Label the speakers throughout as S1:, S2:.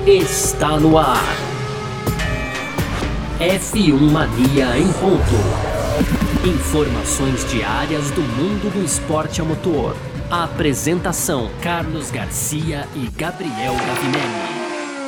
S1: está no ar. F1 Mania em ponto. Informações diárias do mundo do esporte a motor. A apresentação: Carlos Garcia e Gabriel Gavinelli.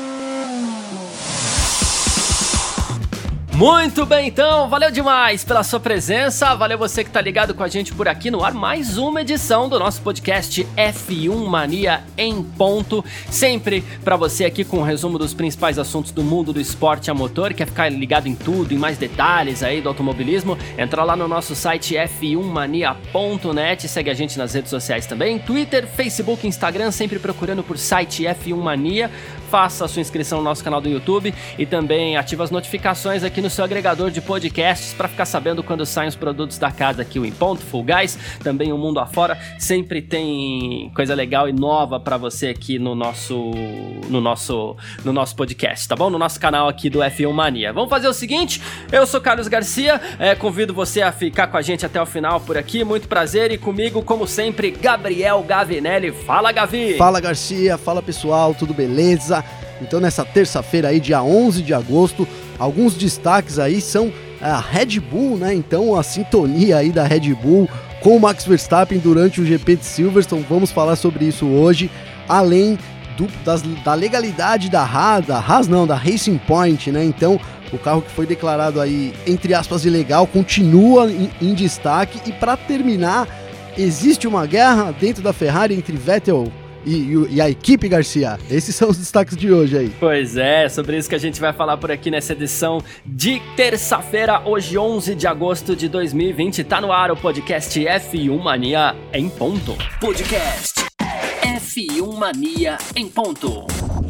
S1: Muito bem, então, valeu demais pela sua presença, valeu você que tá ligado com a gente por aqui no ar, mais uma edição do nosso podcast F1 Mania em ponto, sempre pra você aqui com um resumo dos principais assuntos do mundo do esporte a motor. Quer ficar ligado em tudo, em mais detalhes aí do automobilismo? Entra lá no nosso site f1mania.net, segue a gente nas redes sociais também, Twitter, Facebook, Instagram, sempre procurando por site F1 Mania. Faça a sua inscrição no nosso canal do YouTube e também ative as notificações aqui no seu agregador de podcasts para ficar sabendo quando saem os produtos da casa aqui, o Em Ponto, Full Guys, também o Mundo Afora. Sempre tem coisa legal e nova para você aqui no nosso podcast, tá bom? No nosso canal aqui do F1 Mania. Vamos fazer o seguinte, eu sou Carlos Garcia, convido você a ficar com a gente até o final por aqui, muito prazer, e comigo, como sempre, Gabriel Gavinelli. Fala, Gavi!
S2: Fala, Garcia, fala pessoal, tudo beleza? Então nessa terça-feira aí, dia 11 de agosto, alguns destaques aí são a Red Bull, né? Então a sintonia aí da Red Bull com o Max Verstappen durante o GP de Silverstone, vamos falar sobre isso hoje, além da legalidade da Racing Point, né? Então o carro que foi declarado aí, entre aspas, ilegal, continua em destaque. E para terminar, existe uma guerra dentro da Ferrari entre Vettel e a equipe, Garcia. Esses são os destaques de hoje aí.
S1: Pois é, sobre isso que a gente vai falar por aqui nessa edição de terça-feira, hoje 11 de agosto de 2020. Tá no ar o podcast F1 Mania em ponto. Podcast F1 Mania em ponto.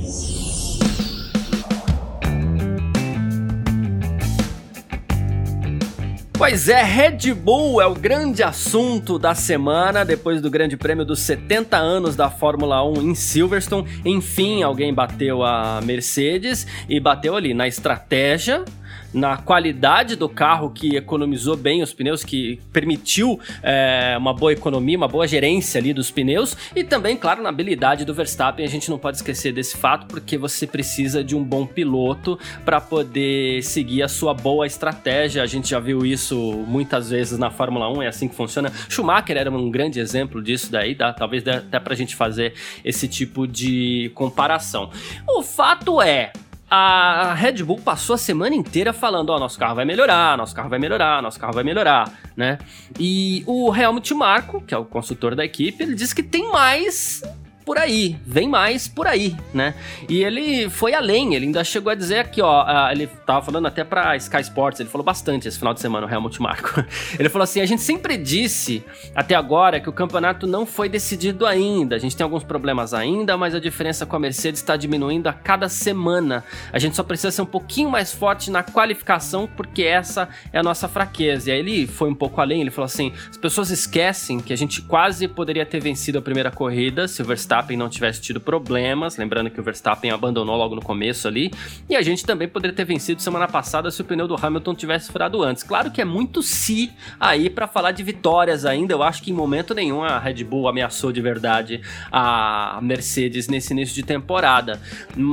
S1: Pois é, Red Bull é o grande assunto da semana, depois do grande prêmio dos 70 anos da Fórmula 1 em Silverstone. Enfim, alguém bateu a Mercedes e bateu ali na estratégia, na qualidade do carro, que economizou bem os pneus, que permitiu uma boa economia, uma boa gerência ali dos pneus, e também, claro, na habilidade do Verstappen. A gente não pode esquecer desse fato, porque você precisa de um bom piloto para poder seguir a sua boa estratégia. A gente já viu isso muitas vezes na Fórmula 1, é assim que funciona. Schumacher era um grande exemplo disso daí, talvez dê até pra gente fazer esse tipo de comparação. O fato é, a Red Bull passou a semana inteira falando, nosso carro vai melhorar, nosso carro vai melhorar, nosso carro vai melhorar, né? E o Helmut Marko, que é o consultor da equipe, ele disse que tem mais por aí, vem mais por aí, né? E ele foi além, ele ainda chegou a dizer aqui, ele tava falando até pra Sky Sports, ele falou bastante esse final de semana, o Helmut Marko. Ele falou assim, a gente sempre disse até agora que o campeonato não foi decidido ainda, a gente tem alguns problemas ainda, mas a diferença com a Mercedes está diminuindo a cada semana. A gente só precisa ser um pouquinho mais forte na qualificação, porque essa é a nossa fraqueza. E aí ele foi um pouco além, ele falou assim, as pessoas esquecem que a gente quase poderia ter vencido a primeira corrida se o Verstappen não tivesse tido problemas, lembrando que o Verstappen abandonou logo no começo ali, e a gente também poderia ter vencido semana passada se o pneu do Hamilton tivesse furado antes. Claro que é muito aí para falar de vitórias ainda. Eu acho que em momento nenhum a Red Bull ameaçou de verdade a Mercedes nesse início de temporada,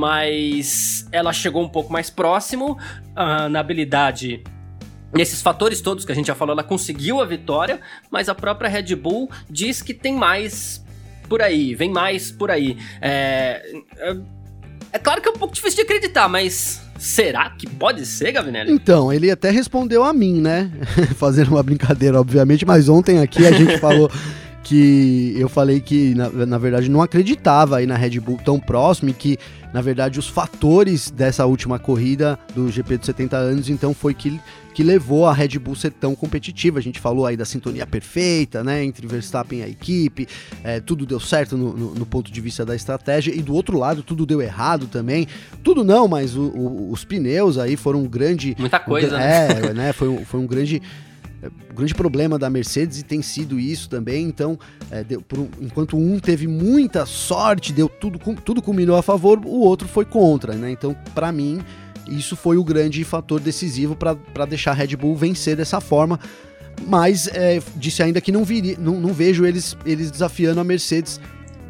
S1: mas ela chegou um pouco mais próximo na habilidade. Nesses fatores todos que a gente já falou, ela conseguiu a vitória, mas a própria Red Bull diz que tem mais por aí, vem mais por aí. É claro que é um pouco difícil de acreditar, mas será que pode ser, Gavinelli?
S2: Então, ele até respondeu a mim, né? Fazendo uma brincadeira, obviamente, mas ontem aqui a gente falou que eu falei que, na verdade, não acreditava aí na Red Bull tão próximo, e que, na verdade, os fatores dessa última corrida do GP dos 70 anos, então, foi que levou a Red Bull ser tão competitiva. A gente falou aí da sintonia perfeita, né, entre Verstappen e a equipe, tudo deu certo no ponto de vista da estratégia, e do outro lado tudo deu errado também. Tudo não, mas os pneus aí foram um grande...
S1: Muita coisa,
S2: né? Foi um grande... O grande problema da Mercedes, e tem sido isso também. Então, enquanto um teve muita sorte, tudo culminou a favor, o outro foi contra, né? Então, para mim, isso foi o grande fator decisivo para deixar a Red Bull vencer dessa forma. Mas disse ainda que não vejo eles desafiando a Mercedes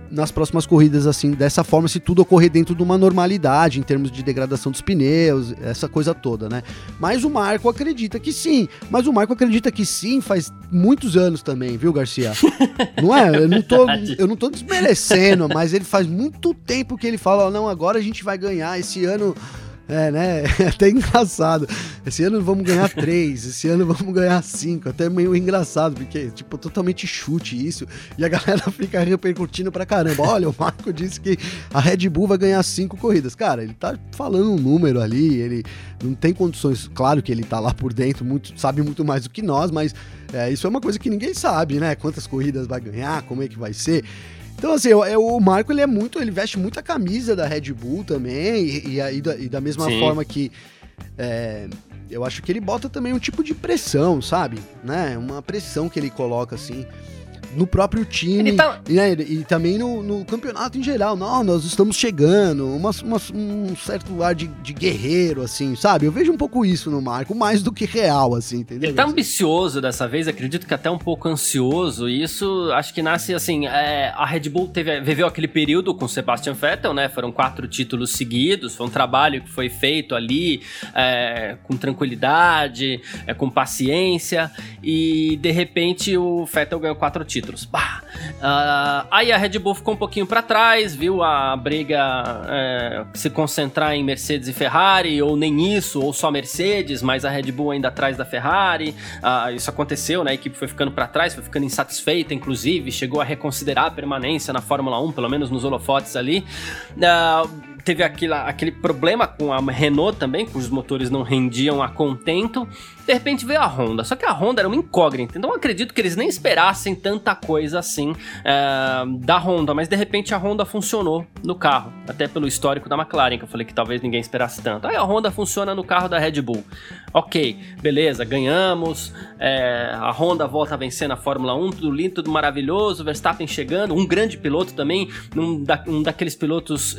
S2: nas próximas corridas, assim, dessa forma, se tudo ocorrer dentro de uma normalidade, em termos de degradação dos pneus, essa coisa toda, né? Mas o Marco acredita que sim. Mas o Marco acredita que sim faz muitos anos também, viu, Garcia? Não é? Eu não tô desmerecendo, mas ele faz muito tempo que ele fala, ó, não, agora a gente vai ganhar esse ano. Né? É até engraçado. Esse ano vamos ganhar 3, esse ano vamos ganhar 5. Até meio engraçado, porque, tipo, totalmente chute isso. E a galera fica repercutindo pra caramba. Olha, o Marco disse que a Red Bull vai ganhar 5 corridas. Cara, ele tá falando um número ali, ele não tem condições. Claro que ele tá lá por dentro, sabe muito mais do que nós, mas isso é uma coisa que ninguém sabe, né? Quantas corridas vai ganhar, como é que vai ser. Então, assim, o Marco, ele veste muita camisa da Red Bull também, e da mesma Sim. forma que eu acho que ele bota também um tipo de pressão, sabe? Né? Uma pressão que ele coloca, assim, no próprio time, e também no campeonato em geral. Não, nós estamos chegando, um certo ar de guerreiro, assim, sabe? Eu vejo um pouco isso no Marco, mais do que real, assim, entendeu?
S1: Ele tá ambicioso dessa vez, acredito que até um pouco ansioso, e isso acho que nasce, assim, a Red Bull viveu aquele período com Sebastian Vettel, né? Foram 4 títulos seguidos, foi um trabalho que foi feito ali com tranquilidade, com paciência, e de repente o Vettel ganhou 4 títulos. Aí a Red Bull ficou um pouquinho para trás, viu a briga se concentrar em Mercedes e Ferrari, ou nem isso, ou só Mercedes, mas a Red Bull ainda atrás da Ferrari. Isso aconteceu, né? A equipe foi ficando para trás, foi ficando insatisfeita, inclusive, chegou a reconsiderar a permanência na Fórmula 1, pelo menos nos holofotes ali. Teve aquele problema com a Renault também, cujos motores não rendiam a contento. De repente veio a Honda, só que a Honda era uma incógnita, então eu acredito que eles nem esperassem tanta coisa assim da Honda, mas de repente a Honda funcionou no carro, até pelo histórico da McLaren, que eu falei que talvez ninguém esperasse tanto. Aí a Honda funciona no carro da Red Bull. Ok, beleza, ganhamos, a Honda volta a vencer na Fórmula 1, tudo lindo, tudo maravilhoso, Verstappen chegando, um grande piloto também, um daqueles pilotos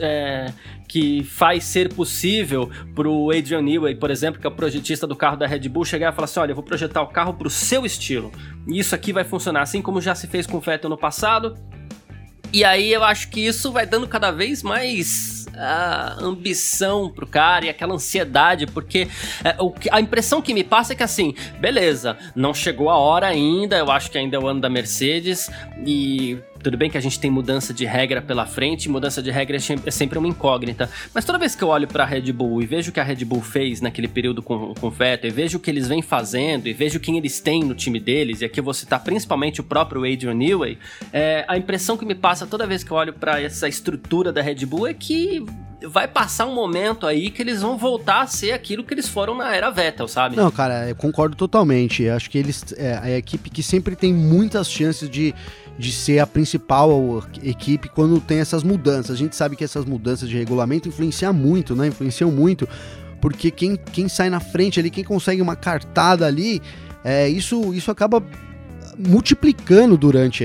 S1: que faz ser possível pro Adrian Newey, por exemplo, que é o projetista do carro da Red Bull, chegar e falar assim, olha, eu vou projetar o carro pro seu estilo, e isso aqui vai funcionar, assim como já se fez com o Vettel no passado. E aí eu acho que isso vai dando cada vez mais ambição pro cara e aquela ansiedade, porque a impressão que me passa é que assim, beleza, não chegou a hora ainda, eu acho que ainda é o ano da Mercedes, e tudo bem que a gente tem mudança de regra pela frente, mudança de regra é sempre uma incógnita, mas toda vez que eu olho pra Red Bull e vejo o que a Red Bull fez naquele período com o Vettel, e vejo o que eles vêm fazendo, e vejo quem eles têm no time deles, e aqui eu vou citar principalmente o próprio Adrian Newey, a impressão que me passa toda vez que eu olho pra essa estrutura da Red Bull é que vai passar um momento aí que eles vão voltar a ser aquilo que eles foram na era Vettel, sabe?
S2: Não, cara, eu concordo totalmente. Acho que eles é a equipe que sempre tem muitas chances de ser a principal equipe quando tem essas mudanças. A gente sabe que essas mudanças de regulamento influenciam muito, né? Influenciam muito, porque quem sai na frente ali, quem consegue uma cartada ali, isso acaba multiplicando durante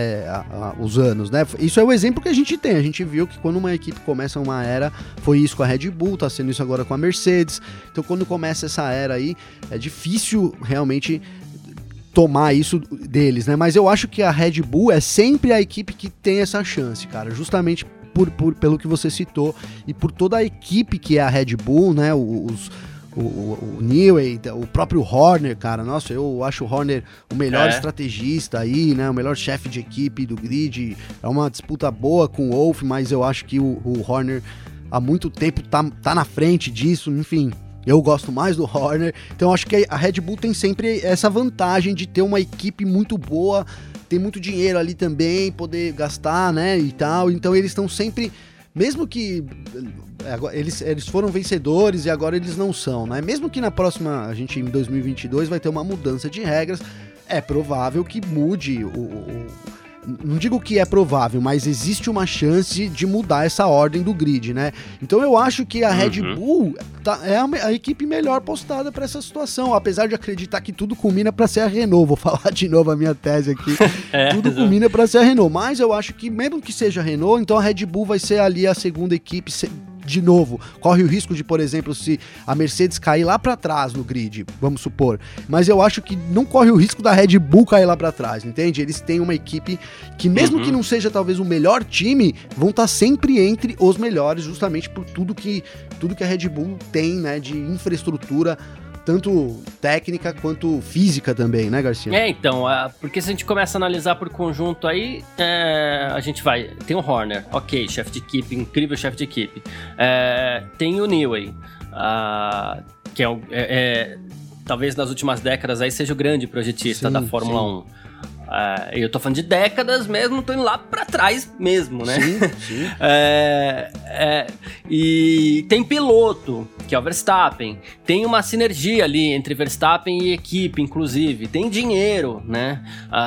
S2: os anos, né? Isso é o exemplo que a gente tem. A gente viu que quando uma equipe começa uma era, foi isso com a Red Bull, tá sendo isso agora com a Mercedes. Então quando começa essa era aí, é difícil realmente tomar isso deles, né? Mas eu acho que a Red Bull é sempre a equipe que tem essa chance, cara, justamente pelo que você citou e por toda a equipe que é a Red Bull, né? O Newey, o próprio Horner, cara, nossa, eu acho o Horner o melhor estrategista aí, né, o melhor chefe de equipe do grid. É uma disputa boa com o Wolff, mas eu acho que o Horner há muito tempo tá na frente disso, enfim. Eu gosto mais do Horner, então eu acho que a Red Bull tem sempre essa vantagem de ter uma equipe muito boa, tem muito dinheiro ali também, poder gastar, né, e tal, então eles estão sempre, mesmo que eles foram vencedores e agora eles não são, né, mesmo que na próxima, a gente em 2022 vai ter uma mudança de regras, é provável que mude não digo que é provável, mas existe uma chance de mudar essa ordem do grid, né? Então eu acho que a Red Bull é a equipe melhor postada para essa situação, apesar de acreditar que tudo culmina para ser a Renault. Vou falar de novo a minha tese aqui. Tudo culmina para ser a Renault, mas eu acho que mesmo que seja a Renault, então a Red Bull vai ser ali a segunda equipe de novo, corre o risco de, por exemplo, se a Mercedes cair lá pra trás no grid, vamos supor, mas eu acho que não corre o risco da Red Bull cair lá pra trás, entende? Eles têm uma equipe que mesmo que não seja talvez o melhor time, vão estar sempre entre os melhores, justamente por tudo que a Red Bull tem, né, de infraestrutura, tanto técnica quanto física também, né, Garcia?
S1: Então, porque se a gente começa a analisar por conjunto aí, a gente vai... Tem o Horner, ok, chefe de equipe, incrível chefe de equipe. Tem o Newey, que talvez nas últimas décadas aí seja o grande projetista da Fórmula 1. Eu tô falando de décadas mesmo, tô indo lá pra trás mesmo, né? Sim. E tem piloto, que é o Verstappen. Tem uma sinergia ali entre Verstappen e equipe, inclusive. Tem dinheiro, né?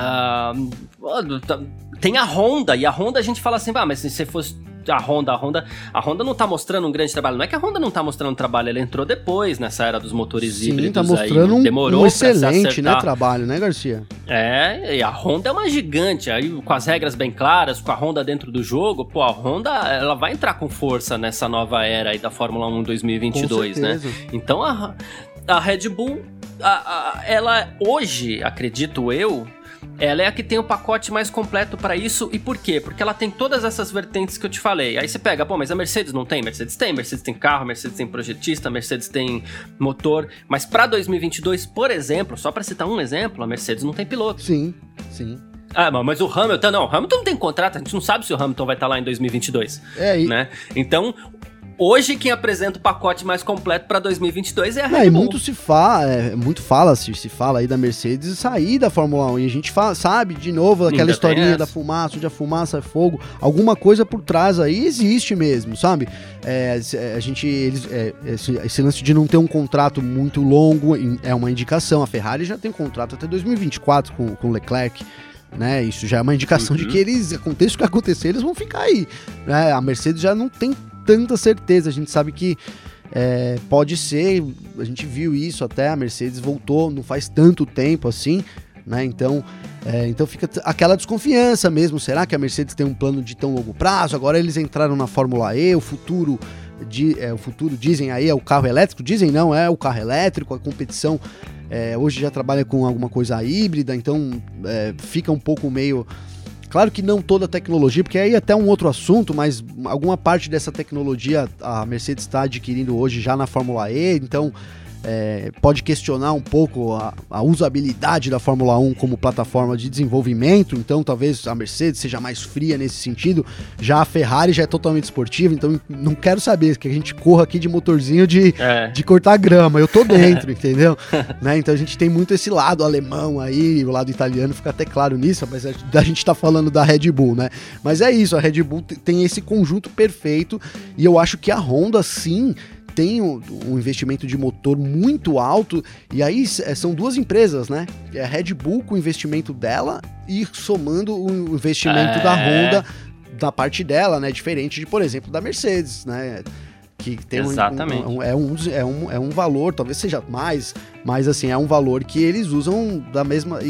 S1: Tem a Honda, e a Honda a gente fala assim, mas se você fosse... A Honda não tá mostrando um grande trabalho. Não é que a Honda não tá mostrando um trabalho, ela entrou depois nessa era dos motores híbridos.
S2: Tá mostrando
S1: aí, demorou
S2: um excelente, né, trabalho, né, Garcia?
S1: E a Honda é uma gigante, aí com as regras bem claras, com a Honda dentro do jogo, a Honda, ela vai entrar com força nessa nova era aí da Fórmula 1 2022, né? Então a Red Bull, ela hoje, acredito eu, ela é a que tem o pacote mais completo para isso. E por quê? Porque ela tem todas essas vertentes que eu te falei. Aí você pega, mas a Mercedes não tem? Mercedes tem carro, Mercedes tem projetista, Mercedes tem motor. Mas para 2022, por exemplo, só para citar um exemplo, a Mercedes não tem piloto.
S2: Sim.
S1: Mas o Hamilton não tem contrato, a gente não sabe se o Hamilton vai estar lá em 2022, né? Então... Hoje, quem apresenta o pacote mais completo para 2022 é a Red Bull.
S2: Muito se fala aí da Mercedes sair da Fórmula 1. E a gente sabe, de novo, aquela historinha da fumaça, onde a fumaça é fogo. Alguma coisa por trás aí existe mesmo, sabe? Esse lance de não ter um contrato muito longo é uma indicação. A Ferrari já tem contrato até 2024 com o Leclerc. Né, isso já é uma indicação de que eles, aconteça o que acontecer, eles vão ficar aí, né? A Mercedes já não tem tanta certeza, a gente sabe que pode ser, a gente viu isso até, a Mercedes voltou não faz tanto tempo assim, né? Então fica aquela desconfiança mesmo, será que a Mercedes tem um plano de tão longo prazo? Agora eles entraram na Fórmula E, o futuro dizem aí é o carro elétrico, dizem não, é o carro elétrico, a competição hoje já trabalha com alguma coisa híbrida, então fica um pouco meio... Claro que não toda a tecnologia, porque aí até um outro assunto, mas alguma parte dessa tecnologia a Mercedes está adquirindo hoje já na Fórmula E, então pode questionar um pouco a usabilidade da Fórmula 1 como plataforma de desenvolvimento, então talvez a Mercedes seja mais fria nesse sentido, já a Ferrari já é totalmente esportiva, então não quero saber que a gente corra aqui de motorzinho de cortar grama, eu tô dentro, entendeu? Né? Então a gente tem muito esse lado alemão aí, o lado italiano fica até claro nisso, mas a gente tá falando da Red Bull, né? Mas é isso, a Red Bull tem esse conjunto perfeito, e eu acho que a Honda, sim, tem um investimento de motor muito alto, e aí são duas empresas, né? É a Red Bull com o investimento dela e somando o investimento da Honda da parte dela, né? Diferente de, por exemplo, da Mercedes, né? Que tem um valor, talvez seja mais, mas assim, é um valor que eles usam da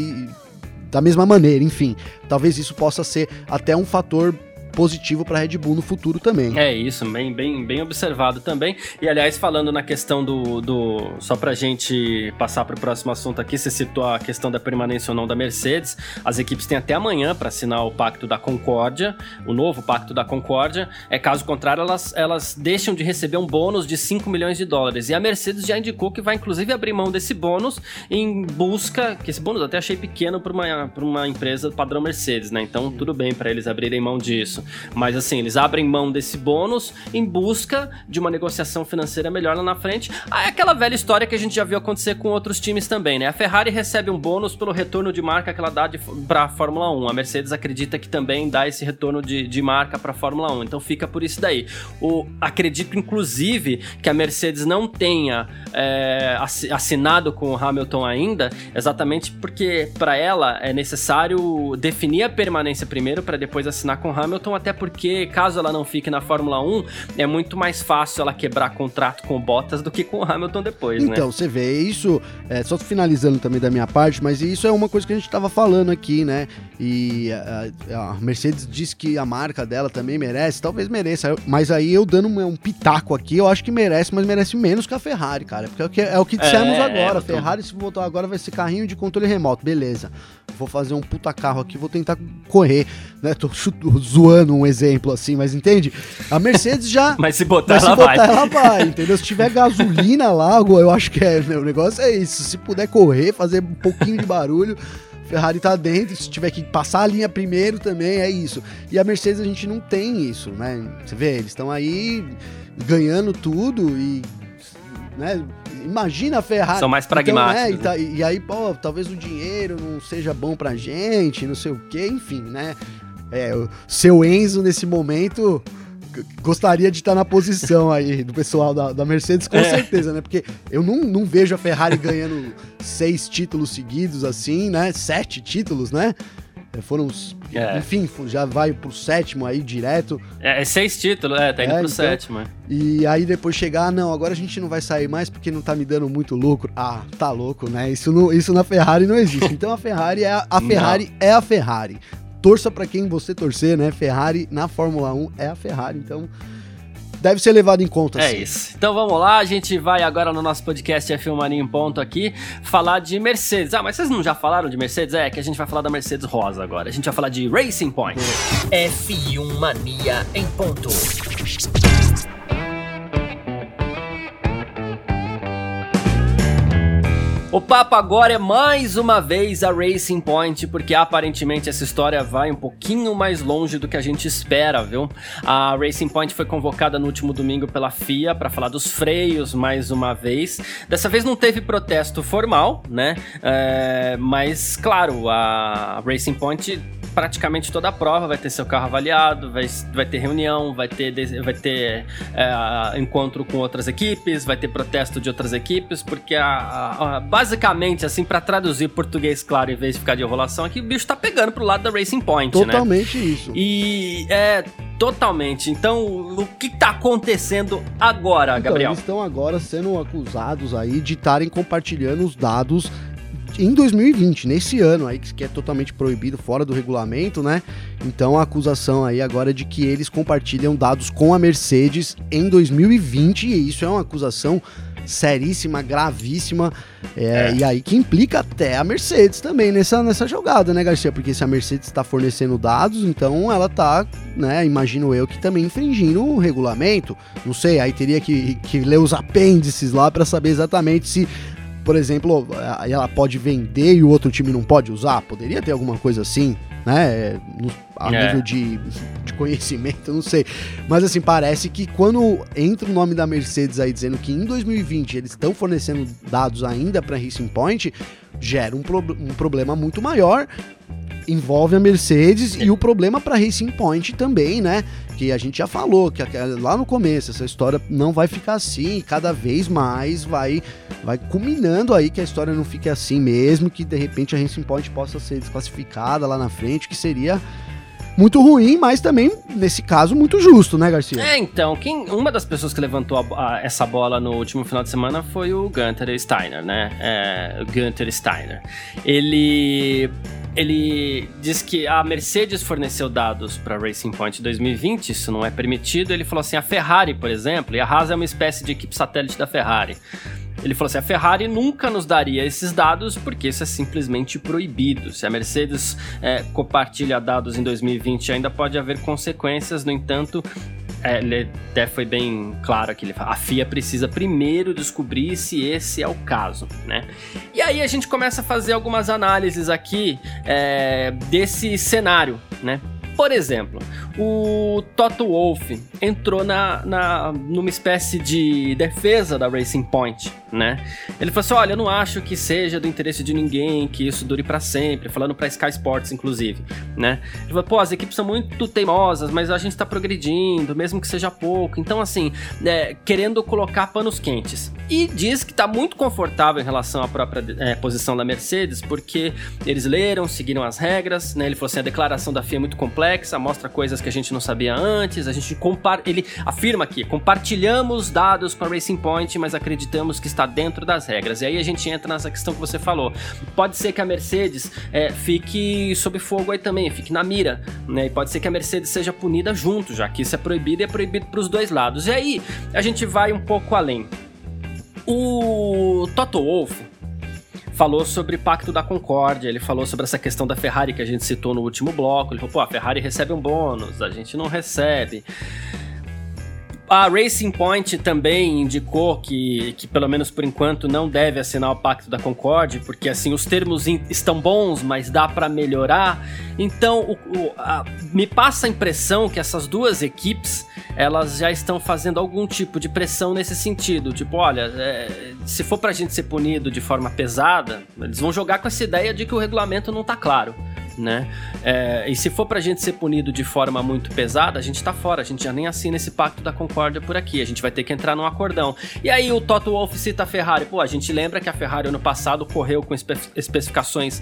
S2: mesma maneira, enfim. Talvez isso possa ser até um fator positivo para a Red Bull no futuro também.
S1: É isso, bem observado também. E aliás, falando na questão só pra gente passar pro próximo assunto aqui, você citou a questão da permanência ou não da Mercedes, as equipes têm até amanhã para assinar o Pacto da Concórdia, o novo Pacto da Concórdia, caso contrário elas deixam de receber um bônus de 5 milhões de dólares, e a Mercedes já indicou que vai inclusive abrir mão desse bônus em busca, que esse bônus eu até achei pequeno para uma empresa padrão Mercedes, né? Então tudo bem para eles abrirem mão disso. Mas assim, eles abrem mão desse bônus em busca de uma negociação financeira melhor lá na frente. É aquela velha história que a gente já viu acontecer com outros times também, né? A Ferrari recebe um bônus pelo retorno de marca que ela dá para a Fórmula 1. A Mercedes acredita que também dá esse retorno de marca para a Fórmula 1. Então fica por isso daí. Acredito, inclusive, que a Mercedes não tenha assinado com o Hamilton ainda, exatamente porque para ela é necessário definir a permanência primeiro para depois assinar com o Hamilton. Hamilton, até porque, caso ela não fique na Fórmula 1, é muito mais fácil ela quebrar contrato com o Bottas do que com o Hamilton depois, né?
S2: Então, você vê, isso, só finalizando também da minha parte, mas isso é uma coisa que a gente tava falando aqui, né? E a Mercedes diz que a marca dela também merece, talvez mereça, mas aí eu dando um pitaco aqui, eu acho que merece, mas merece menos que a Ferrari, cara, porque é o que dissemos agora, a Ferrari, se voltar agora, vai ser carrinho de controle remoto, beleza, vou fazer um puta carro aqui, vou tentar correr, né, tô zoando um exemplo assim, mas entende? A Mercedes já...
S1: mas se botar, ela
S2: vai, entendeu? Se tiver gasolina lá, eu acho que o negócio é isso, se puder correr, fazer um pouquinho de barulho, Ferrari tá dentro, se tiver que passar a linha primeiro também, é isso. E a Mercedes a gente não tem isso, né? Você vê, eles estão aí ganhando tudo e, né, imagina a Ferrari.
S1: São mais pragmáticos.
S2: Então, né? E aí, pô, talvez o dinheiro não seja bom pra gente, não sei o quê, enfim, né? O seu Enzo nesse momento... gostaria de estar na posição aí do pessoal da Mercedes, com certeza, né? Porque eu não vejo a Ferrari ganhando 6 títulos seguidos assim, né? 7 títulos, né? Foram os... enfim, já vai pro 7º aí direto.
S1: 6 títulos, tá indo pro 7º.
S2: E aí depois chegar, não, agora a gente não vai sair mais porque não tá me dando muito lucro. Ah, tá louco, né? Isso na Ferrari não existe. Então a Ferrari é a Ferrari. Torça pra quem você torcer, né? Ferrari na Fórmula 1 é a Ferrari, então deve ser levado em conta.
S1: É isso. Então vamos lá, a gente vai agora no nosso podcast F1 Mania em Ponto aqui falar de Mercedes. Mas vocês não já falaram de Mercedes? Que a gente vai falar da Mercedes Rosa agora. A gente vai falar de Racing Point.
S3: F1 Mania em Ponto.
S1: O papo agora é mais uma vez a Racing Point, porque aparentemente essa história vai um pouquinho mais longe do que a gente espera, viu? A Racing Point foi convocada no último domingo pela FIA para falar dos freios mais uma vez. Dessa vez não teve protesto formal, né? Mas, claro, a Racing Point... praticamente toda a prova vai ter seu carro avaliado, vai ter reunião, vai ter encontro com outras equipes, vai ter protesto de outras equipes, porque basicamente, assim, pra traduzir português claro, em vez de ficar de enrolação, aqui o bicho tá pegando pro lado da Racing Point,
S2: totalmente,
S1: né?
S2: Isso.
S1: E totalmente. Então, o que tá acontecendo agora, Gabriel?
S2: Eles estão agora sendo acusados aí de estarem compartilhando os dados em 2020, nesse ano aí, que é totalmente proibido, fora do regulamento, né? Então a acusação aí agora é de que eles compartilham dados com a Mercedes em 2020, e isso é uma acusação seríssima, gravíssima, e aí que implica até a Mercedes também nessa jogada, né, Garcia? Porque se a Mercedes está fornecendo dados, então ela tá, né, imagino eu, que também infringindo o regulamento, não sei, aí teria que ler os apêndices lá para saber exatamente se, por exemplo, ela pode vender e o outro time não pode usar, poderia ter alguma coisa assim, né, a nível de conhecimento, não sei, mas assim, parece que quando entra o nome da Mercedes aí dizendo que em 2020 eles estão fornecendo dados ainda para Racing Point, gera um problema muito maior, envolve a Mercedes e o problema para Racing Point também, né, que a gente já falou, que lá no começo essa história não vai ficar assim, cada vez mais vai culminando aí que a história não fique assim mesmo, que de repente a Racing Point possa ser desclassificada lá na frente, que seria muito ruim, mas também, nesse caso, muito justo, né, Garcia?
S1: Então, uma das pessoas que levantou essa bola no último final de semana foi o Gunther Steiner, né? O Gunther Steiner. Ele diz que a Mercedes forneceu dados para Racing Point em 2020, isso não é permitido. Ele falou assim, a Ferrari, por exemplo, e a Haas é uma espécie de equipe satélite da Ferrari. Ele falou assim, a Ferrari nunca nos daria esses dados porque isso é simplesmente proibido. Se a Mercedes compartilha dados em 2020, ainda pode haver consequências, no entanto... ele até foi bem claro aqui, a FIA precisa primeiro descobrir se esse é o caso, né? E aí a gente começa a fazer algumas análises aqui desse cenário, né? Por exemplo, o Toto Wolff entrou numa espécie de defesa da Racing Point, né? Ele falou assim, olha, eu não acho que seja do interesse de ninguém que isso dure pra sempre, falando pra Sky Sports, inclusive, né? Ele falou, pô, as equipes são muito teimosas, mas a gente tá progredindo, mesmo que seja pouco. Então, assim, querendo colocar panos quentes. E diz que tá muito confortável em relação à própria posição da Mercedes, porque eles leram, seguiram as regras, né? Ele falou assim, a declaração da FIA é muito complexa, mostra coisas que que a gente não sabia antes, ele afirma aqui, compartilhamos dados com a Racing Point, mas acreditamos que está dentro das regras. E aí a gente entra nessa questão que você falou. Pode ser que a Mercedes fique sob fogo aí também, fique na mira, né? E pode ser que a Mercedes seja punida junto, já que isso é proibido e é proibido para os dois lados. E aí a gente vai um pouco além. O Toto Wolff falou sobre o Pacto da Concórdia, ele falou sobre essa questão da Ferrari que a gente citou no último bloco, ele falou, a Ferrari recebe um bônus, a gente não recebe. A Racing Point também indicou que pelo menos por enquanto não deve assinar o Pacto da Concórdia, porque assim, os termos estão bons, mas dá para melhorar. Então, me passa a impressão que essas duas equipes, elas já estão fazendo algum tipo de pressão nesse sentido. Tipo, olha, se for pra gente ser punido de forma pesada, eles vão jogar com essa ideia de que o regulamento não tá claro, né? E se for pra gente ser punido de forma muito pesada, a gente tá fora, a gente já nem assina esse Pacto da Concórdia por aqui, a gente vai ter que entrar num acordão. E aí o Toto Wolff cita a Ferrari, a gente lembra que a Ferrari ano passado correu com especificações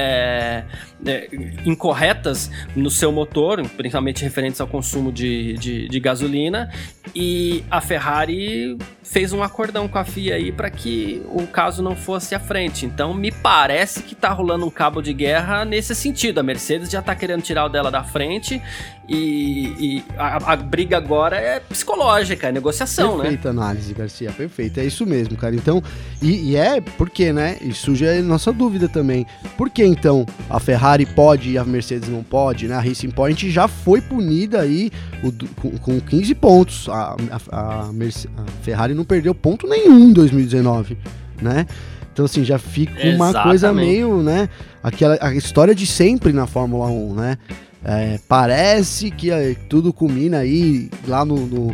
S1: incorretas no seu motor, principalmente referentes ao consumo de gasolina, e a Ferrari fez um acordão com a FIA aí para que o caso não fosse à frente. Então me parece que tá rolando um cabo de guerra nesse sentido. A Mercedes já tá querendo tirar o dela da frente e a briga agora é psicológica, é negociação,
S2: perfeita, né? Perfeita análise, Garcia, perfeito, é isso mesmo, cara. Então, e por que, né? Isso já é nossa dúvida também. Por que então a Ferrari pode e a Mercedes não pode, né? A Racing Point já foi punida aí com 15 pontos. A Ferrari não perdeu ponto nenhum em 2019, né? Então, assim, já fica uma coisa meio, né? A história de sempre na Fórmula 1, né? Parece que tudo culmina aí lá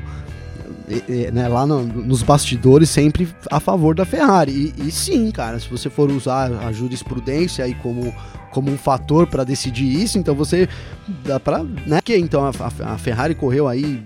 S2: nos bastidores sempre a favor da Ferrari. E sim, cara, se você for usar a jurisprudência aí como um fator para decidir isso, então você dá pra, né? Que então a Ferrari correu aí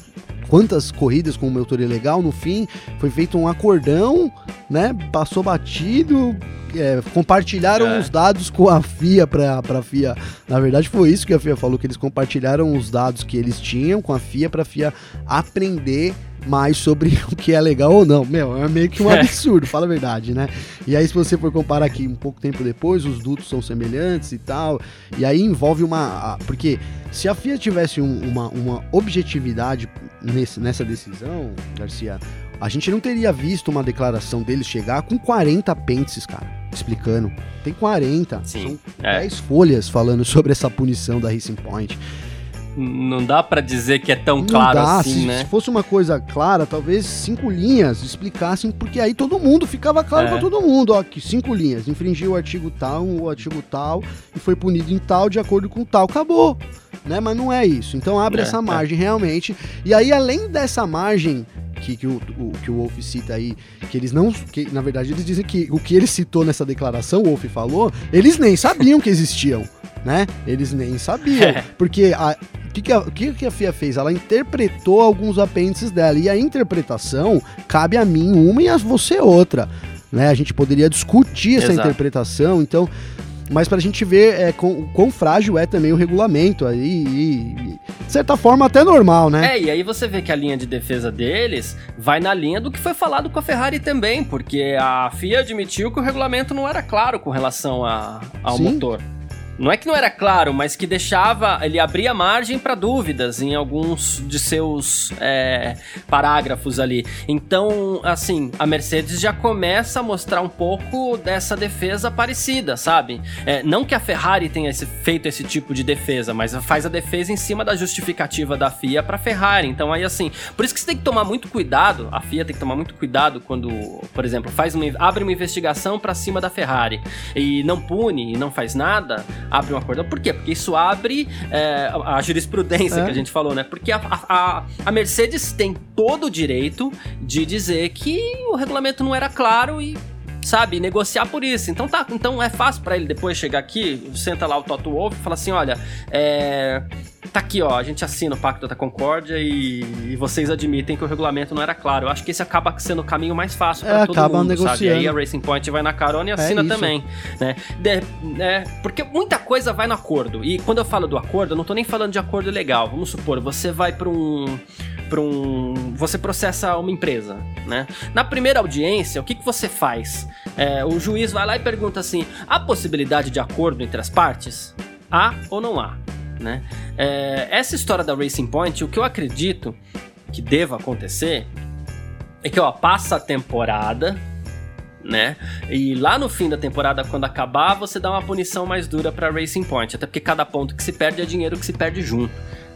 S2: quantas corridas com o motor ilegal, no fim foi feito um acordão, né? Passou batido, compartilharam os dados com a FIA para a FIA. Na verdade foi isso que a FIA falou, que eles compartilharam os dados que eles tinham com a FIA para a FIA aprender mais sobre o que é legal ou não. É meio que um absurdo, fala a verdade, né? E aí se você for comparar aqui um pouco tempo depois, os dutos são semelhantes e tal, e aí envolve porque se a FIA tivesse uma objetividade nessa decisão, Garcia, a gente não teria visto uma declaração deles chegar com 40 apêndices, cara, explicando. Tem 40,
S1: sim,
S2: são 10 folhas falando sobre essa punição da Racing Point.
S1: Não dá pra dizer que é tão claro assim, né?
S2: Se fosse uma coisa clara, talvez 5 linhas explicassem, porque aí todo mundo ficava claro pra todo mundo, ó, que 5 linhas, infringiu o artigo tal, e foi punido em tal, de acordo com tal, acabou, né? Mas não é isso, então abre essa margem realmente, e aí além dessa margem que o Wolff cita aí, que na verdade eles dizem que o que ele citou nessa declaração, o Wolff falou, eles nem sabiam que existiam, né? Eles nem sabiam, porque o que a FIA fez? Ela interpretou alguns apêndices dela, e a interpretação cabe a mim uma e a você outra, né? A gente poderia discutir essa interpretação, então, mas pra gente ver quão frágil é também o regulamento aí, e de certa forma até normal, né?
S1: E aí você vê que a linha de defesa deles vai na linha do que foi falado com a Ferrari também, porque a FIA admitiu que o regulamento não era claro com relação ao motor. Não é que não era claro, mas que ele abria margem para dúvidas em alguns de seus parágrafos ali. Então, assim, a Mercedes já começa a mostrar um pouco dessa defesa parecida, sabe? Não que a Ferrari tenha feito esse tipo de defesa, mas faz a defesa em cima da justificativa da FIA para a Ferrari. Então, aí, assim, por isso que você tem que tomar muito cuidado, a FIA tem que tomar muito cuidado quando, por exemplo, abre uma investigação para cima da Ferrari e não pune e não faz nada, abre um acordão. Por quê? Porque isso abre a jurisprudência que a gente falou, né? Porque a Mercedes tem todo o direito de dizer que o regulamento não era claro e sabe, negociar por isso. Então é fácil pra ele depois chegar aqui, senta lá o Toto Wolff e fala assim, olha, tá aqui, ó, a gente assina o Pacto da Concórdia e vocês admitem que o regulamento não era claro. Eu acho que esse acaba sendo o caminho mais fácil pra todo mundo,
S2: negociando.
S1: sabe? Aí a Racing Point vai na carona e assina também, né? Porque muita coisa vai no acordo. E quando eu falo do acordo, eu não tô nem falando de acordo legal. Vamos supor, você vai você processa uma empresa, né? Na primeira audiência, o que você faz? O juiz vai lá e pergunta assim, há possibilidade de acordo entre as partes? Há ou não há? Né? Essa história da Racing Point, o que eu acredito que deva acontecer é que, passa a temporada, né? E lá no fim da temporada, quando acabar, você dá uma punição mais dura pra Racing Point, até porque cada ponto que se perde é dinheiro que se perde junto.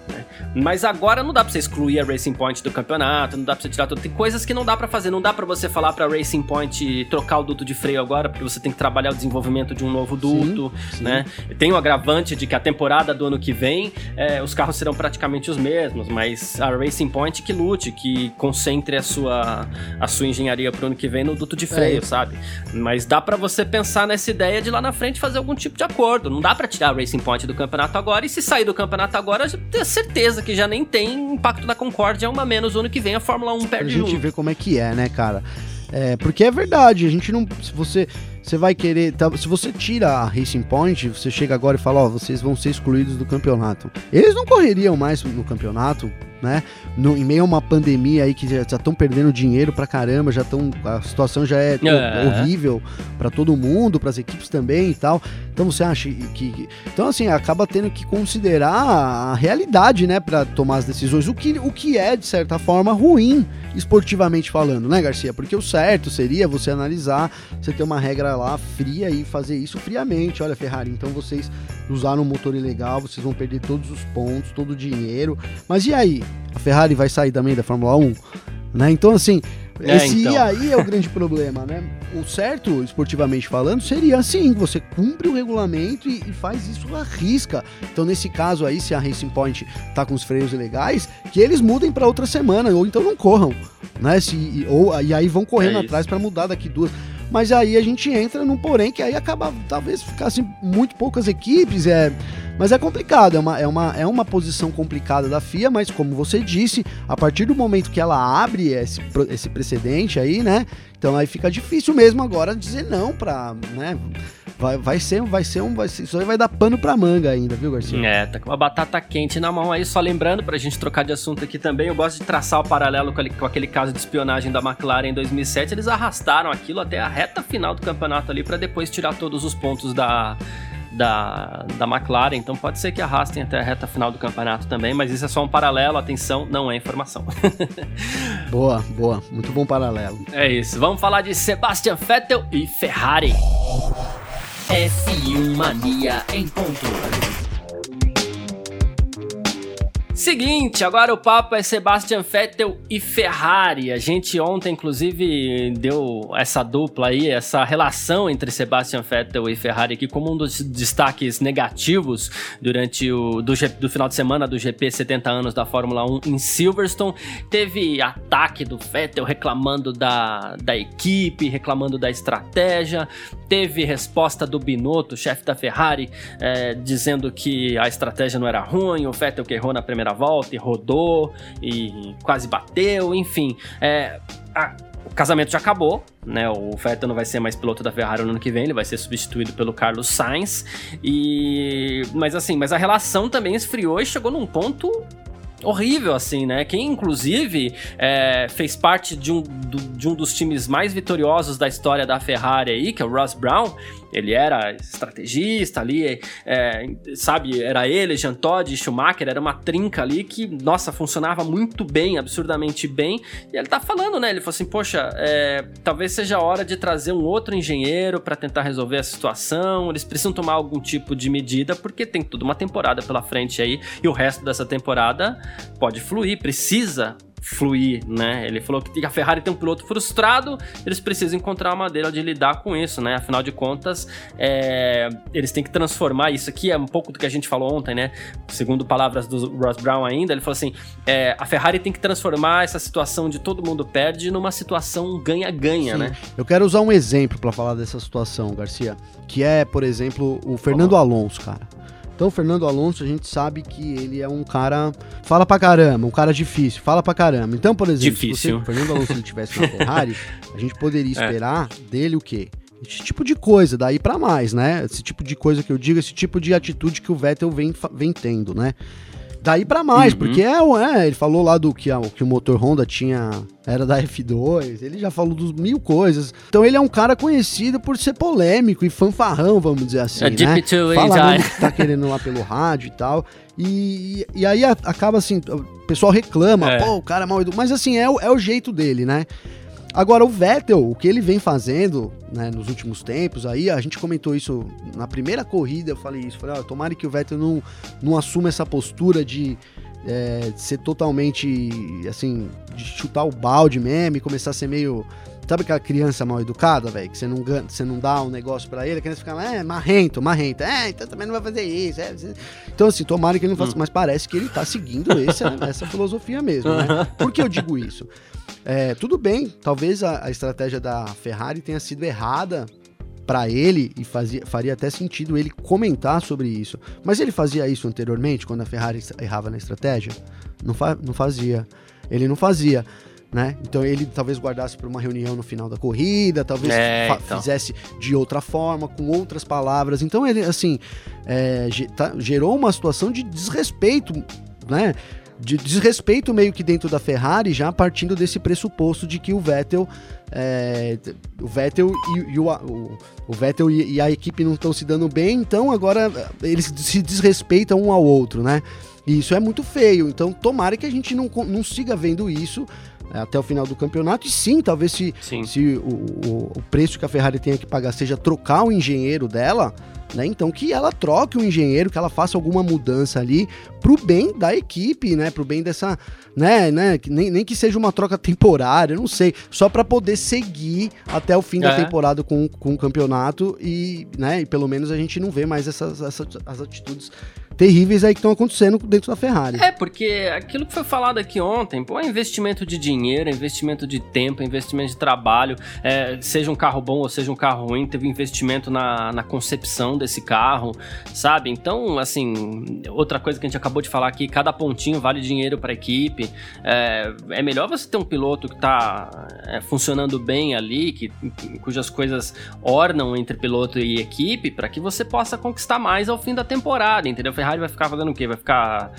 S1: Mas agora não dá pra você excluir a Racing Point do campeonato, não dá pra você tirar tudo. Tem coisas que não dá pra fazer, não dá pra você falar pra Racing Point trocar o duto de freio agora, porque você tem que trabalhar o desenvolvimento de um novo duto, sim. Né? Tem o agravante de que a temporada do ano que vem, os carros serão praticamente os mesmos, mas a Racing Point que lute, que concentre a sua engenharia pro ano que vem no duto de freio, sabe? Mas dá pra você pensar nessa ideia de lá na frente fazer algum tipo de acordo. Não dá pra tirar a Racing Point do campeonato agora, e se sair do campeonato agora, eu tenho certeza que já nem tem Impacto da Concórdia, uma menos, o ano que vem a Fórmula 1 perde junto.
S2: A gente vê como é que é, né, cara? Porque é verdade, a gente não... Se você vai querer... Se você tira a Racing Point, você chega agora e fala, vocês vão ser excluídos do campeonato. Eles não correriam mais no campeonato, né? Em meio a uma pandemia aí que já estão perdendo dinheiro pra caramba, a situação já é horrível pra todo mundo, pras equipes também e tal. Então você acha que... Então assim, acaba tendo que considerar a realidade, né, pra tomar as decisões, o que é, de certa forma, ruim, esportivamente falando, né, Garcia? Porque o certo seria você analisar, você ter uma regra lá fria e fazer isso friamente. Olha, Ferrari, então vocês usaram um motor ilegal, vocês vão perder todos os pontos, todo o dinheiro. Mas e aí? A Ferrari vai sair também da Fórmula 1? Né? Então, assim, e aí é o grande problema, né? O certo, esportivamente falando, seria assim, você cumpre o regulamento e faz isso à risca. Então, nesse caso aí, se a Racing Point tá com os freios ilegais, que eles mudem para outra semana, ou então não corram, né? E aí vão correndo atrás para mudar daqui 2. Mas aí a gente entra num porém que aí acaba, talvez ficassem muito poucas equipes, mas é complicado, é uma posição complicada da FIA, mas como você disse, a partir do momento que ela abre esse precedente aí, né, então aí fica difícil mesmo agora dizer não pra, né, isso aí vai dar pano pra manga ainda, viu, Garcia?
S1: Tá com uma batata quente na mão aí, só lembrando, pra gente trocar de assunto aqui também, eu gosto de traçar o paralelo com aquele caso de espionagem da McLaren em 2007, eles arrastaram aquilo até a reta final do campeonato ali pra depois tirar todos os pontos da McLaren, então pode ser que arrastem até a reta final do campeonato também, mas isso é só um paralelo, atenção, não é informação.
S2: Boa, muito bom paralelo.
S1: É isso, vamos falar de Sebastian Vettel e Ferrari.
S3: F1 Mania em ponto.
S1: Seguinte, agora o papo é Sebastian Vettel e Ferrari. A gente ontem, inclusive, deu essa dupla aí, essa relação entre Sebastian Vettel e Ferrari aqui como um dos destaques negativos durante do final de semana do GP 70 anos da Fórmula 1 em Silverstone. Teve ataque do Vettel reclamando da equipe, reclamando da estratégia. Teve resposta do Binotto, chefe da Ferrari, dizendo que a estratégia não era ruim, o Vettel que errou na primeira volta e rodou e quase bateu, enfim. O casamento já acabou, né? O Vettel não vai ser mais piloto da Ferrari no ano que vem, ele vai ser substituído pelo Carlos Sainz. Mas a relação também esfriou e chegou num ponto horrível, assim, né? Quem, inclusive, fez parte de um dos times mais vitoriosos da história da Ferrari aí, que é o Ross Brown. Ele era estrategista ali, sabe? Era ele, Jean Todt e Schumacher, era uma trinca ali que, nossa, funcionava muito bem, absurdamente bem. E ele tá falando, né? Ele falou assim, poxa, talvez seja a hora de trazer um outro engenheiro para tentar resolver a situação. Eles precisam tomar algum tipo de medida, porque tem toda uma temporada pela frente aí, e o resto dessa temporada pode fluir, precisa fluir, né? Ele falou que a Ferrari tem um piloto frustrado, eles precisam encontrar uma maneira de lidar com isso, né? Afinal de contas, eles têm que transformar isso aqui, é um pouco do que a gente falou ontem, né? Segundo palavras do Ross Brown ainda, ele falou assim, a Ferrari tem que transformar essa situação de todo mundo perde numa situação ganha-ganha, né?
S2: Eu quero usar um exemplo para falar dessa situação, Garcia, que é, por exemplo, o Fernando Alonso, cara. Então, o Fernando Alonso, a gente sabe que ele é um cara... Fala pra caramba, um cara difícil, fala pra caramba. Então, por exemplo, se o Fernando Alonso estivesse na Ferrari, a gente poderia esperar dele o quê? Esse tipo de coisa, daí pra mais, né? Esse tipo de coisa que eu digo, esse tipo de atitude que o Vettel vem tendo, né? Daí pra mais, porque ele falou lá do que o motor Honda era da F2, ele já falou dos 1000 coisas. Então ele é um cara conhecido por ser polêmico e fanfarrão, vamos dizer assim, né? Fala que tá querendo lá pelo rádio e tal. E aí acaba assim, o pessoal reclama, pô, o cara é mal educado. Mas assim, é o jeito dele, né? Agora, o Vettel, o que ele vem fazendo, né, nos últimos tempos, aí a gente comentou isso na primeira corrida, eu falei, tomara que o Vettel não assuma essa postura de ser totalmente, assim, de chutar o balde mesmo e começar a ser meio... Sabe aquela criança mal educada, velho? Que você não dá um negócio pra ele, a criança fica lá, marrento. Então também não vai fazer isso. Então, assim, tomara que ele não faça, mas parece que ele tá seguindo essa filosofia mesmo, né? Por que eu digo isso? Tudo bem, talvez a estratégia da Ferrari tenha sido errada para ele e faria até sentido ele comentar sobre isso. Mas ele fazia isso anteriormente, quando a Ferrari errava na estratégia? Não fazia. Ele não fazia, né? Então ele talvez guardasse para uma reunião no final da corrida, talvez fizesse de outra forma, com outras palavras. Então ele, assim, gerou uma situação de desrespeito, né? De desrespeito meio que dentro da Ferrari, já partindo desse pressuposto de que o Vettel e a equipe não estão se dando bem, então agora eles se desrespeitam um ao outro, né? E isso é muito feio, então tomara que a gente não siga vendo isso até o final do campeonato, e sim, talvez se o preço que a Ferrari tenha que pagar seja trocar o engenheiro dela, né? Então que ela troque o engenheiro, que ela faça alguma mudança ali pro bem da equipe, né? Pro bem dessa, né? Nem que seja uma troca temporária, não sei, só para poder seguir até o fim da temporada com o campeonato e, né? E pelo menos a gente não vê mais as atitudes terríveis aí que estão acontecendo dentro da Ferrari.
S1: Porque aquilo que foi falado aqui ontem, é investimento de dinheiro, é investimento de tempo, é investimento de trabalho, seja um carro bom ou seja um carro ruim, teve investimento na concepção desse carro, sabe? Então, assim, outra coisa que a gente acabou de falar aqui, cada pontinho vale dinheiro para a equipe, é melhor você ter um piloto que tá funcionando bem ali, cujas coisas ornam entre piloto e equipe, para que você possa conquistar mais ao fim da temporada, entendeu? A Ferrari vai ficar fazendo o quê? Vai ficar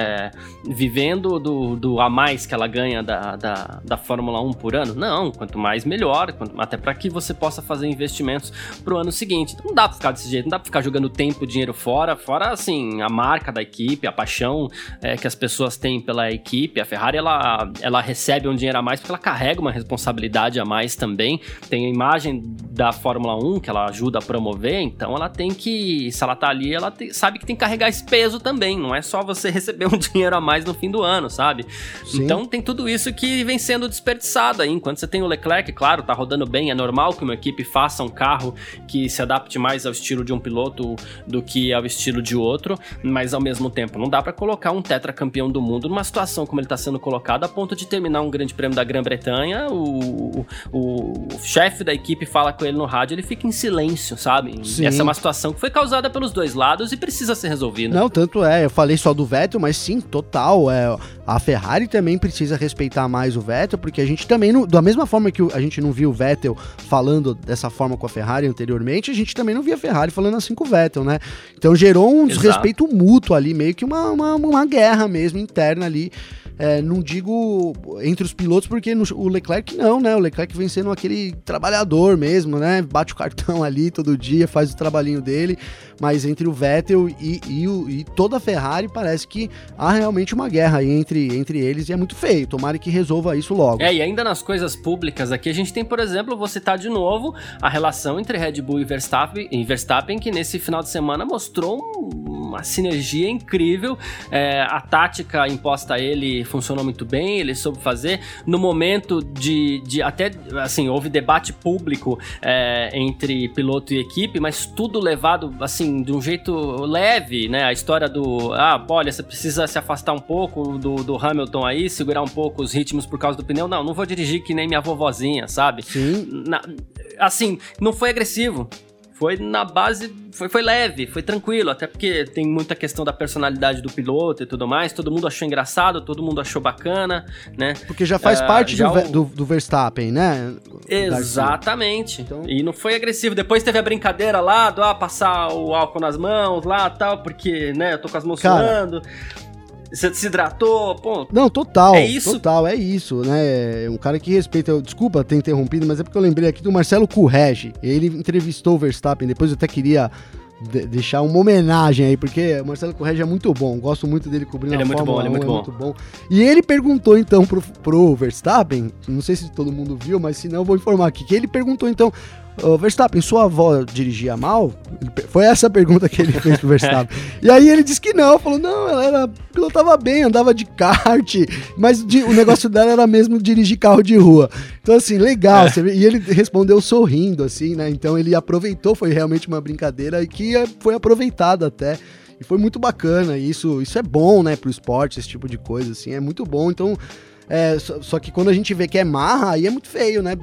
S1: vivendo do a mais que ela ganha da Fórmula 1 por ano? Não, quanto mais melhor, até para que você possa fazer investimentos pro ano seguinte. Então não dá pra ficar desse jeito, não dá pra ficar jogando tempo e dinheiro fora assim, a marca da equipe, a paixão que as pessoas têm pela equipe. A Ferrari, ela recebe um dinheiro a mais porque ela carrega uma responsabilidade a mais também, tem a imagem da Fórmula 1 que ela ajuda a promover, então ela tem que, se ela tá ali, ela sabe que tem que carregar esse peso também, não é só você receber um dinheiro a mais no fim do ano, sabe? Sim. Então tem tudo isso que vem sendo desperdiçado aí, enquanto você tem o Leclerc, claro, tá rodando bem, é normal que uma equipe faça um carro que se adapte mais ao estilo de um piloto do que ao estilo de outro, mas ao mesmo tempo não dá pra colocar um tetracampeão do mundo numa situação como ele tá sendo colocado, a ponto de terminar um grande prêmio da Grã-Bretanha, o chefe da equipe fala com ele no rádio, ele fica em silêncio, sabe? Sim. Essa é uma situação que foi causada pelos dois lados e precisa ser resolvida.
S2: Não, tanto eu falei só do Vettel, mas sim, total, a Ferrari também precisa respeitar mais o Vettel, porque a gente também, da mesma forma que a gente não viu o Vettel falando dessa forma com a Ferrari anteriormente, a gente também não via a Ferrari falando assim com o Vettel, né? Então gerou um desrespeito mútuo ali, meio que uma guerra mesmo interna ali. Não digo entre os pilotos, porque o Leclerc não, né? O Leclerc vem sendo aquele trabalhador mesmo, né? Bate o cartão ali todo dia, faz o trabalhinho dele, mas entre o Vettel e toda a Ferrari parece que há realmente uma guerra aí entre eles e é muito feio. Tomara que resolva isso logo.
S1: E ainda nas coisas públicas aqui, a gente tem, por exemplo, vou citar de novo a relação entre Red Bull e Verstappen, que nesse final de semana mostrou uma sinergia incrível. A tática imposta a ele funcionou muito bem, ele soube fazer. No momento de até, assim, houve debate público entre piloto e equipe, mas tudo levado, assim, de um jeito leve, né? A história olha, você precisa se afastar um pouco do Hamilton aí, segurar um pouco os ritmos por causa do pneu. Não vou dirigir que nem minha vovozinha, sabe?
S2: Sim.
S1: Assim, não foi agressivo. Foi na base, foi leve, foi tranquilo, até porque tem muita questão da personalidade do piloto e tudo mais, todo mundo achou engraçado, todo mundo achou bacana, né?
S2: Porque já faz parte do Verstappen, né?
S1: Exatamente, então... E não foi agressivo, depois teve a brincadeira lá do passar o álcool nas mãos lá tal, porque, né, eu tô com as mãos suando. Você se hidratou, pô.
S2: Não, total.
S1: É isso.
S2: Total, é isso, né? É um cara que respeita. Desculpa ter interrompido, mas é porque eu lembrei aqui do Marcelo Kurrege. Ele entrevistou o Verstappen. Depois eu até queria deixar uma homenagem aí, porque o Marcelo Kurrege é muito bom. Gosto muito dele cobrindo a Fórmula 1. Ele é muito bom. E ele perguntou então pro Verstappen, não sei se todo mundo viu, mas se não eu vou informar aqui, que ele perguntou então: Verstappen, sua avó dirigia mal? Foi essa a pergunta que ele fez pro Verstappen. E aí ele disse que não, falou, não, ela pilotava bem, andava de kart, mas o negócio dela era mesmo dirigir carro de rua. Então assim, legal, e ele respondeu sorrindo, assim, né, então ele aproveitou, foi realmente uma brincadeira e que foi aproveitada até. E foi muito bacana, e isso é bom, né, pro esporte, esse tipo de coisa, assim, é muito bom, então... só que quando a gente vê que é marra, aí é muito feio, né?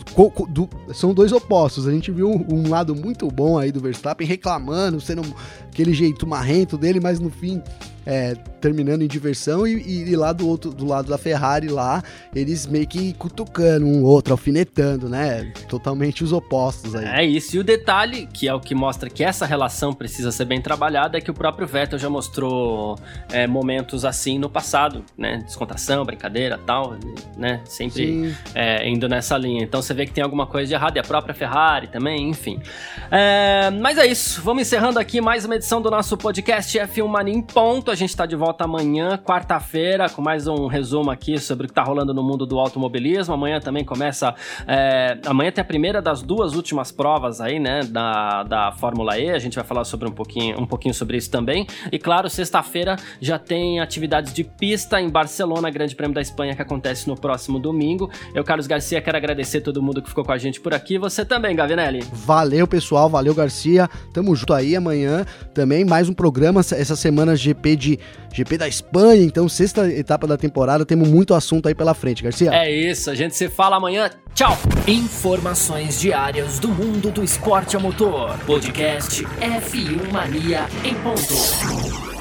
S2: São dois opostos. A gente viu um lado muito bom aí do Verstappen reclamando, sendo aquele jeito marrento dele, mas no fim terminando em diversão, e lá do lado da Ferrari lá, eles meio que cutucando um outro, alfinetando, né? Totalmente os opostos aí.
S1: É isso, e o detalhe, que é o que mostra que essa relação precisa ser bem trabalhada, é que o próprio Vettel já mostrou momentos assim no passado, né? Descontração, brincadeira, tal, né? Sempre indo nessa linha. Então você vê que tem alguma coisa de errado, e a própria Ferrari também, enfim. Mas é isso, vamos encerrando aqui mais uma edição do nosso podcast F1 Mania em Ponto. A gente tá de volta amanhã, quarta-feira, com mais um resumo aqui sobre o que tá rolando no mundo do automobilismo. Amanhã também começa... amanhã tem a primeira das duas últimas provas aí, né, da Fórmula E. A gente vai falar sobre um pouquinho sobre isso também. E claro, sexta-feira já tem atividades de pista em Barcelona, Grande Prêmio da Espanha, que acontece no próximo domingo. Eu, Carlos Garcia, quero agradecer todo mundo que ficou com a gente por aqui. Você também, Gavinelli.
S2: Valeu, pessoal. Valeu, Garcia. Tamo junto aí amanhã. Também mais um programa, essa semana GP da Espanha, então sexta etapa da temporada, temos muito assunto aí pela frente, Garcia.
S1: É isso, a gente se fala amanhã, tchau!
S3: Informações diárias do mundo do esporte a motor. Podcast F1 Mania em Ponto.